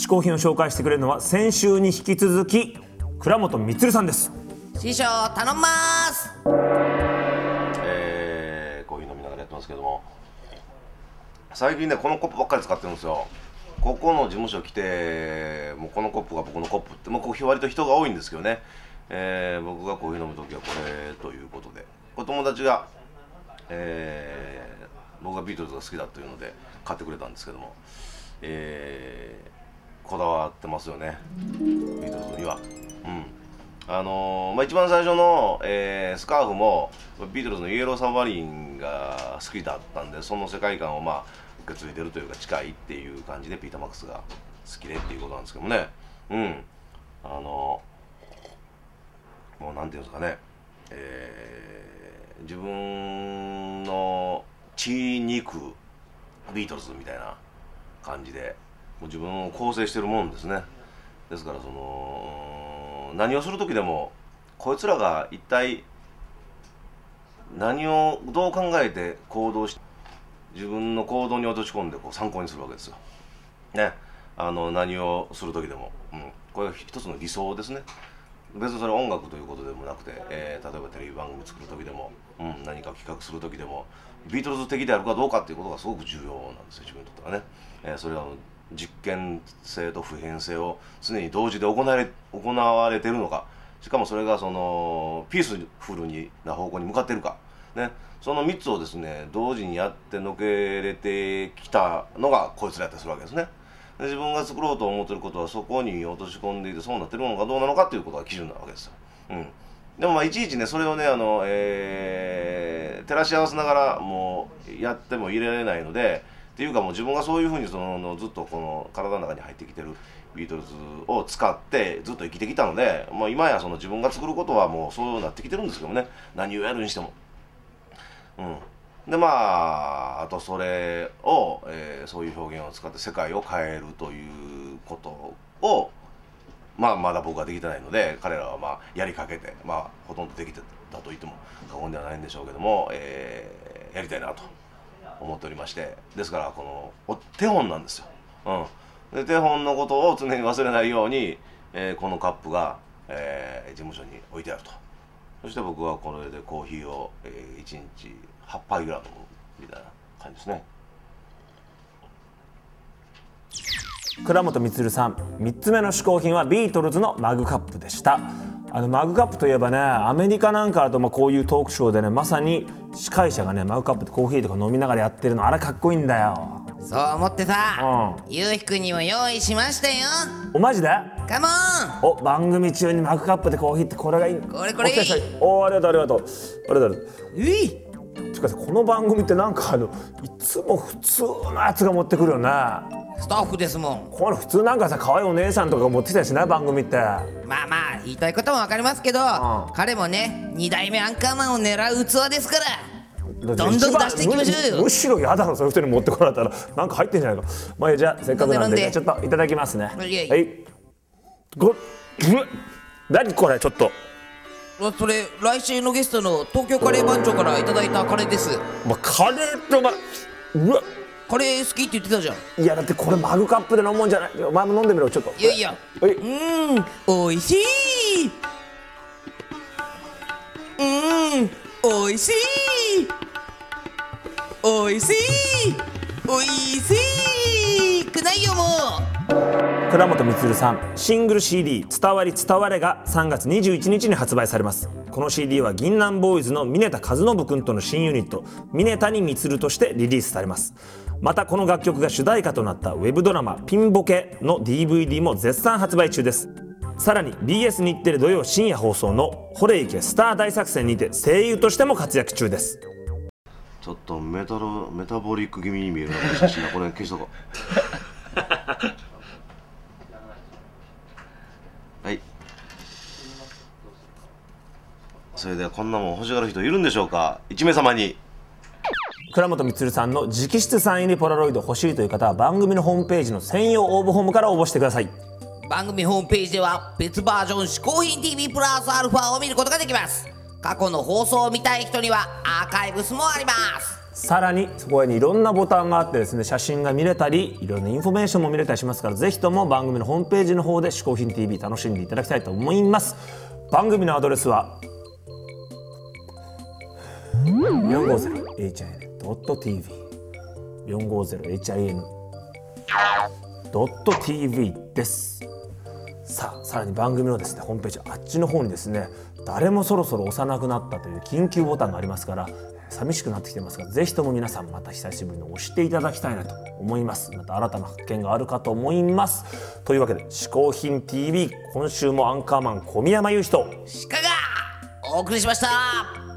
嗜好品を紹介してくれるのは先週に引き続き倉本充さんです。 師匠頼みます。 コーヒー飲みながらやってますけども、最近ねこのコップばっかり使ってるんですよ。ここの事務所来てもうこのコップが僕のコップって、もうここ割と人が多いんですけどね、僕がコーヒー飲むときはこれということで、これ友達が、僕がビートルズが好きだというので買ってくれたんですけども、こだわってますよねビートルズには。一番最初の、スカーフもビートルズのイエローサブマリンが好きだったんで、その世界観を受け継いでるというか近いっていう感じでピーター・マックスが好きでっていうことなんですけどもね。もうなんていうんですかね、自分の血肉ビートルズみたいな感じでもう自分を構成してるもんですね。ですから何をする時でもこいつらが一体何をどう考えて行動して自分の行動に落とし込んで参考にするわけですよ。ね、何をする時でも、これが一つの理想ですね。別にそれ音楽ということでもなくて、例えばテレビ番組作る時でも、何か企画する時でもビートルズ的であるかどうかっていうことがすごく重要なんですよ、自分にとってはね。それは実験性と普遍性を常に同時で行われているのか、しかもそれがピースフルな方向に向かっているか、ね、その3つをですね同時にやってのけれてきたのがこいつらやったりするわけですね。で自分が作ろうと思っていることはそこに落とし込んでいてそうなってるのかどうなのかということが基準なわけですよ。でもいちいちねそれをね照らし合わせながらもうやっても入れられないので、っていうかもう自分がそういうふうにずっとこの体の中に入ってきてるビートルズを使ってずっと生きてきたので、今や自分が作ることはもうそうなってきてるんですけどね、何をやるにしても。であとそれを、そういう表現を使って世界を変えるということをまだ僕はできてないので、彼らはやりかけてほとんどできてたと言っても過言ではないんでしょうけども、やりたいなと思っておりまして、ですからこの手本なんですよ。で手本のことを常に忘れないように、このカップが、事務所に置いてあると。そして僕はこれでコーヒーを、1日8杯ぐらい飲むみたいな感じですね。 倉本充さん、3つ目の嗜好品はビートルズのマグカップでした。マグカップといえばね、アメリカなんかだとこういうトークショーでね、まさに司会者がねマグカップでコーヒーとか飲みながらやってるの、あれかっこいいんだよ。 そう思ってさ、ゆうひくんにも用意しましたよ。 おマジで？ カモン。 番組中にマグカップでコーヒーってこれがいい。 これありがとうありがとう。しかしこの番組っていつも普通のやつが持ってくるよね。 スタッフですもん。 これ普通可愛いお姉さんとか持ってきたりしない？番組って言いたいことも分かりますけど、彼もね2代目アンカーマンを狙う器ですから、どんどん出していきましょうよ。 むしろ嫌だろ、そういう人に持ってこられたら入ってんじゃないか。じゃあせっかくなんでちょっといただきますね。はい。何これ、ちょっとそれ来週のゲストの東京カレー番長からいただいたカレーです。 カレーってうわカレー好きって言ってたじゃん。 いやだってこれマグカップで飲むんじゃない。お前も飲んでみろちょっと。 いやおいしい。おいしい。おいしい。おいしくないよもう。 倉本充さん、シングル CD 伝わり伝われが3月21日に発売されます。この CD は銀杏ボーイズの峯田和伸くんとの新ユニット峯谷充としてリリースされます。またこの楽曲が主題歌となったウェブドラマピンボケの DVD も絶賛発売中です。さらに BS 日テレ土曜深夜放送のホレイケスター大作戦にて声優としても活躍中です。 ちょっとメタボリック気味に見えるなこの写真だ。これ消しとこうはい。それではこんなもん欲しがる人いるんでしょうか。1名様に。 倉本充さんの直筆サイン入りポラロイド欲しいという方は番組のホームページの専用応募フォームから応募してください。 番組ホームページでは別バージョン嗜好品 TV プラスアルファを見ることができます。過去の放送を見たい人にはアーカイブスもあります。 さらにそこにいろんなボタンがあってですね、写真が見れたりいろんなインフォメーションも見れたりしますから、ぜひとも番組のホームページの方で嗜好品 TV 楽しんでいただきたいと思います。番組のアドレスは 450hin.tv 450hin.tv です。さらに番組のですねホームページあっちの方にですね、誰もそろそろ押さなくなったという緊急ボタンがありますから、寂しくなってきてますが、ぜひとも皆さんまた久しぶりに押していただきたいなと思います。また新たな発見があるかと思います。というわけで嗜好品 TV、 今週もアンカーマン小宮山雄飛と鹿がお送りしました。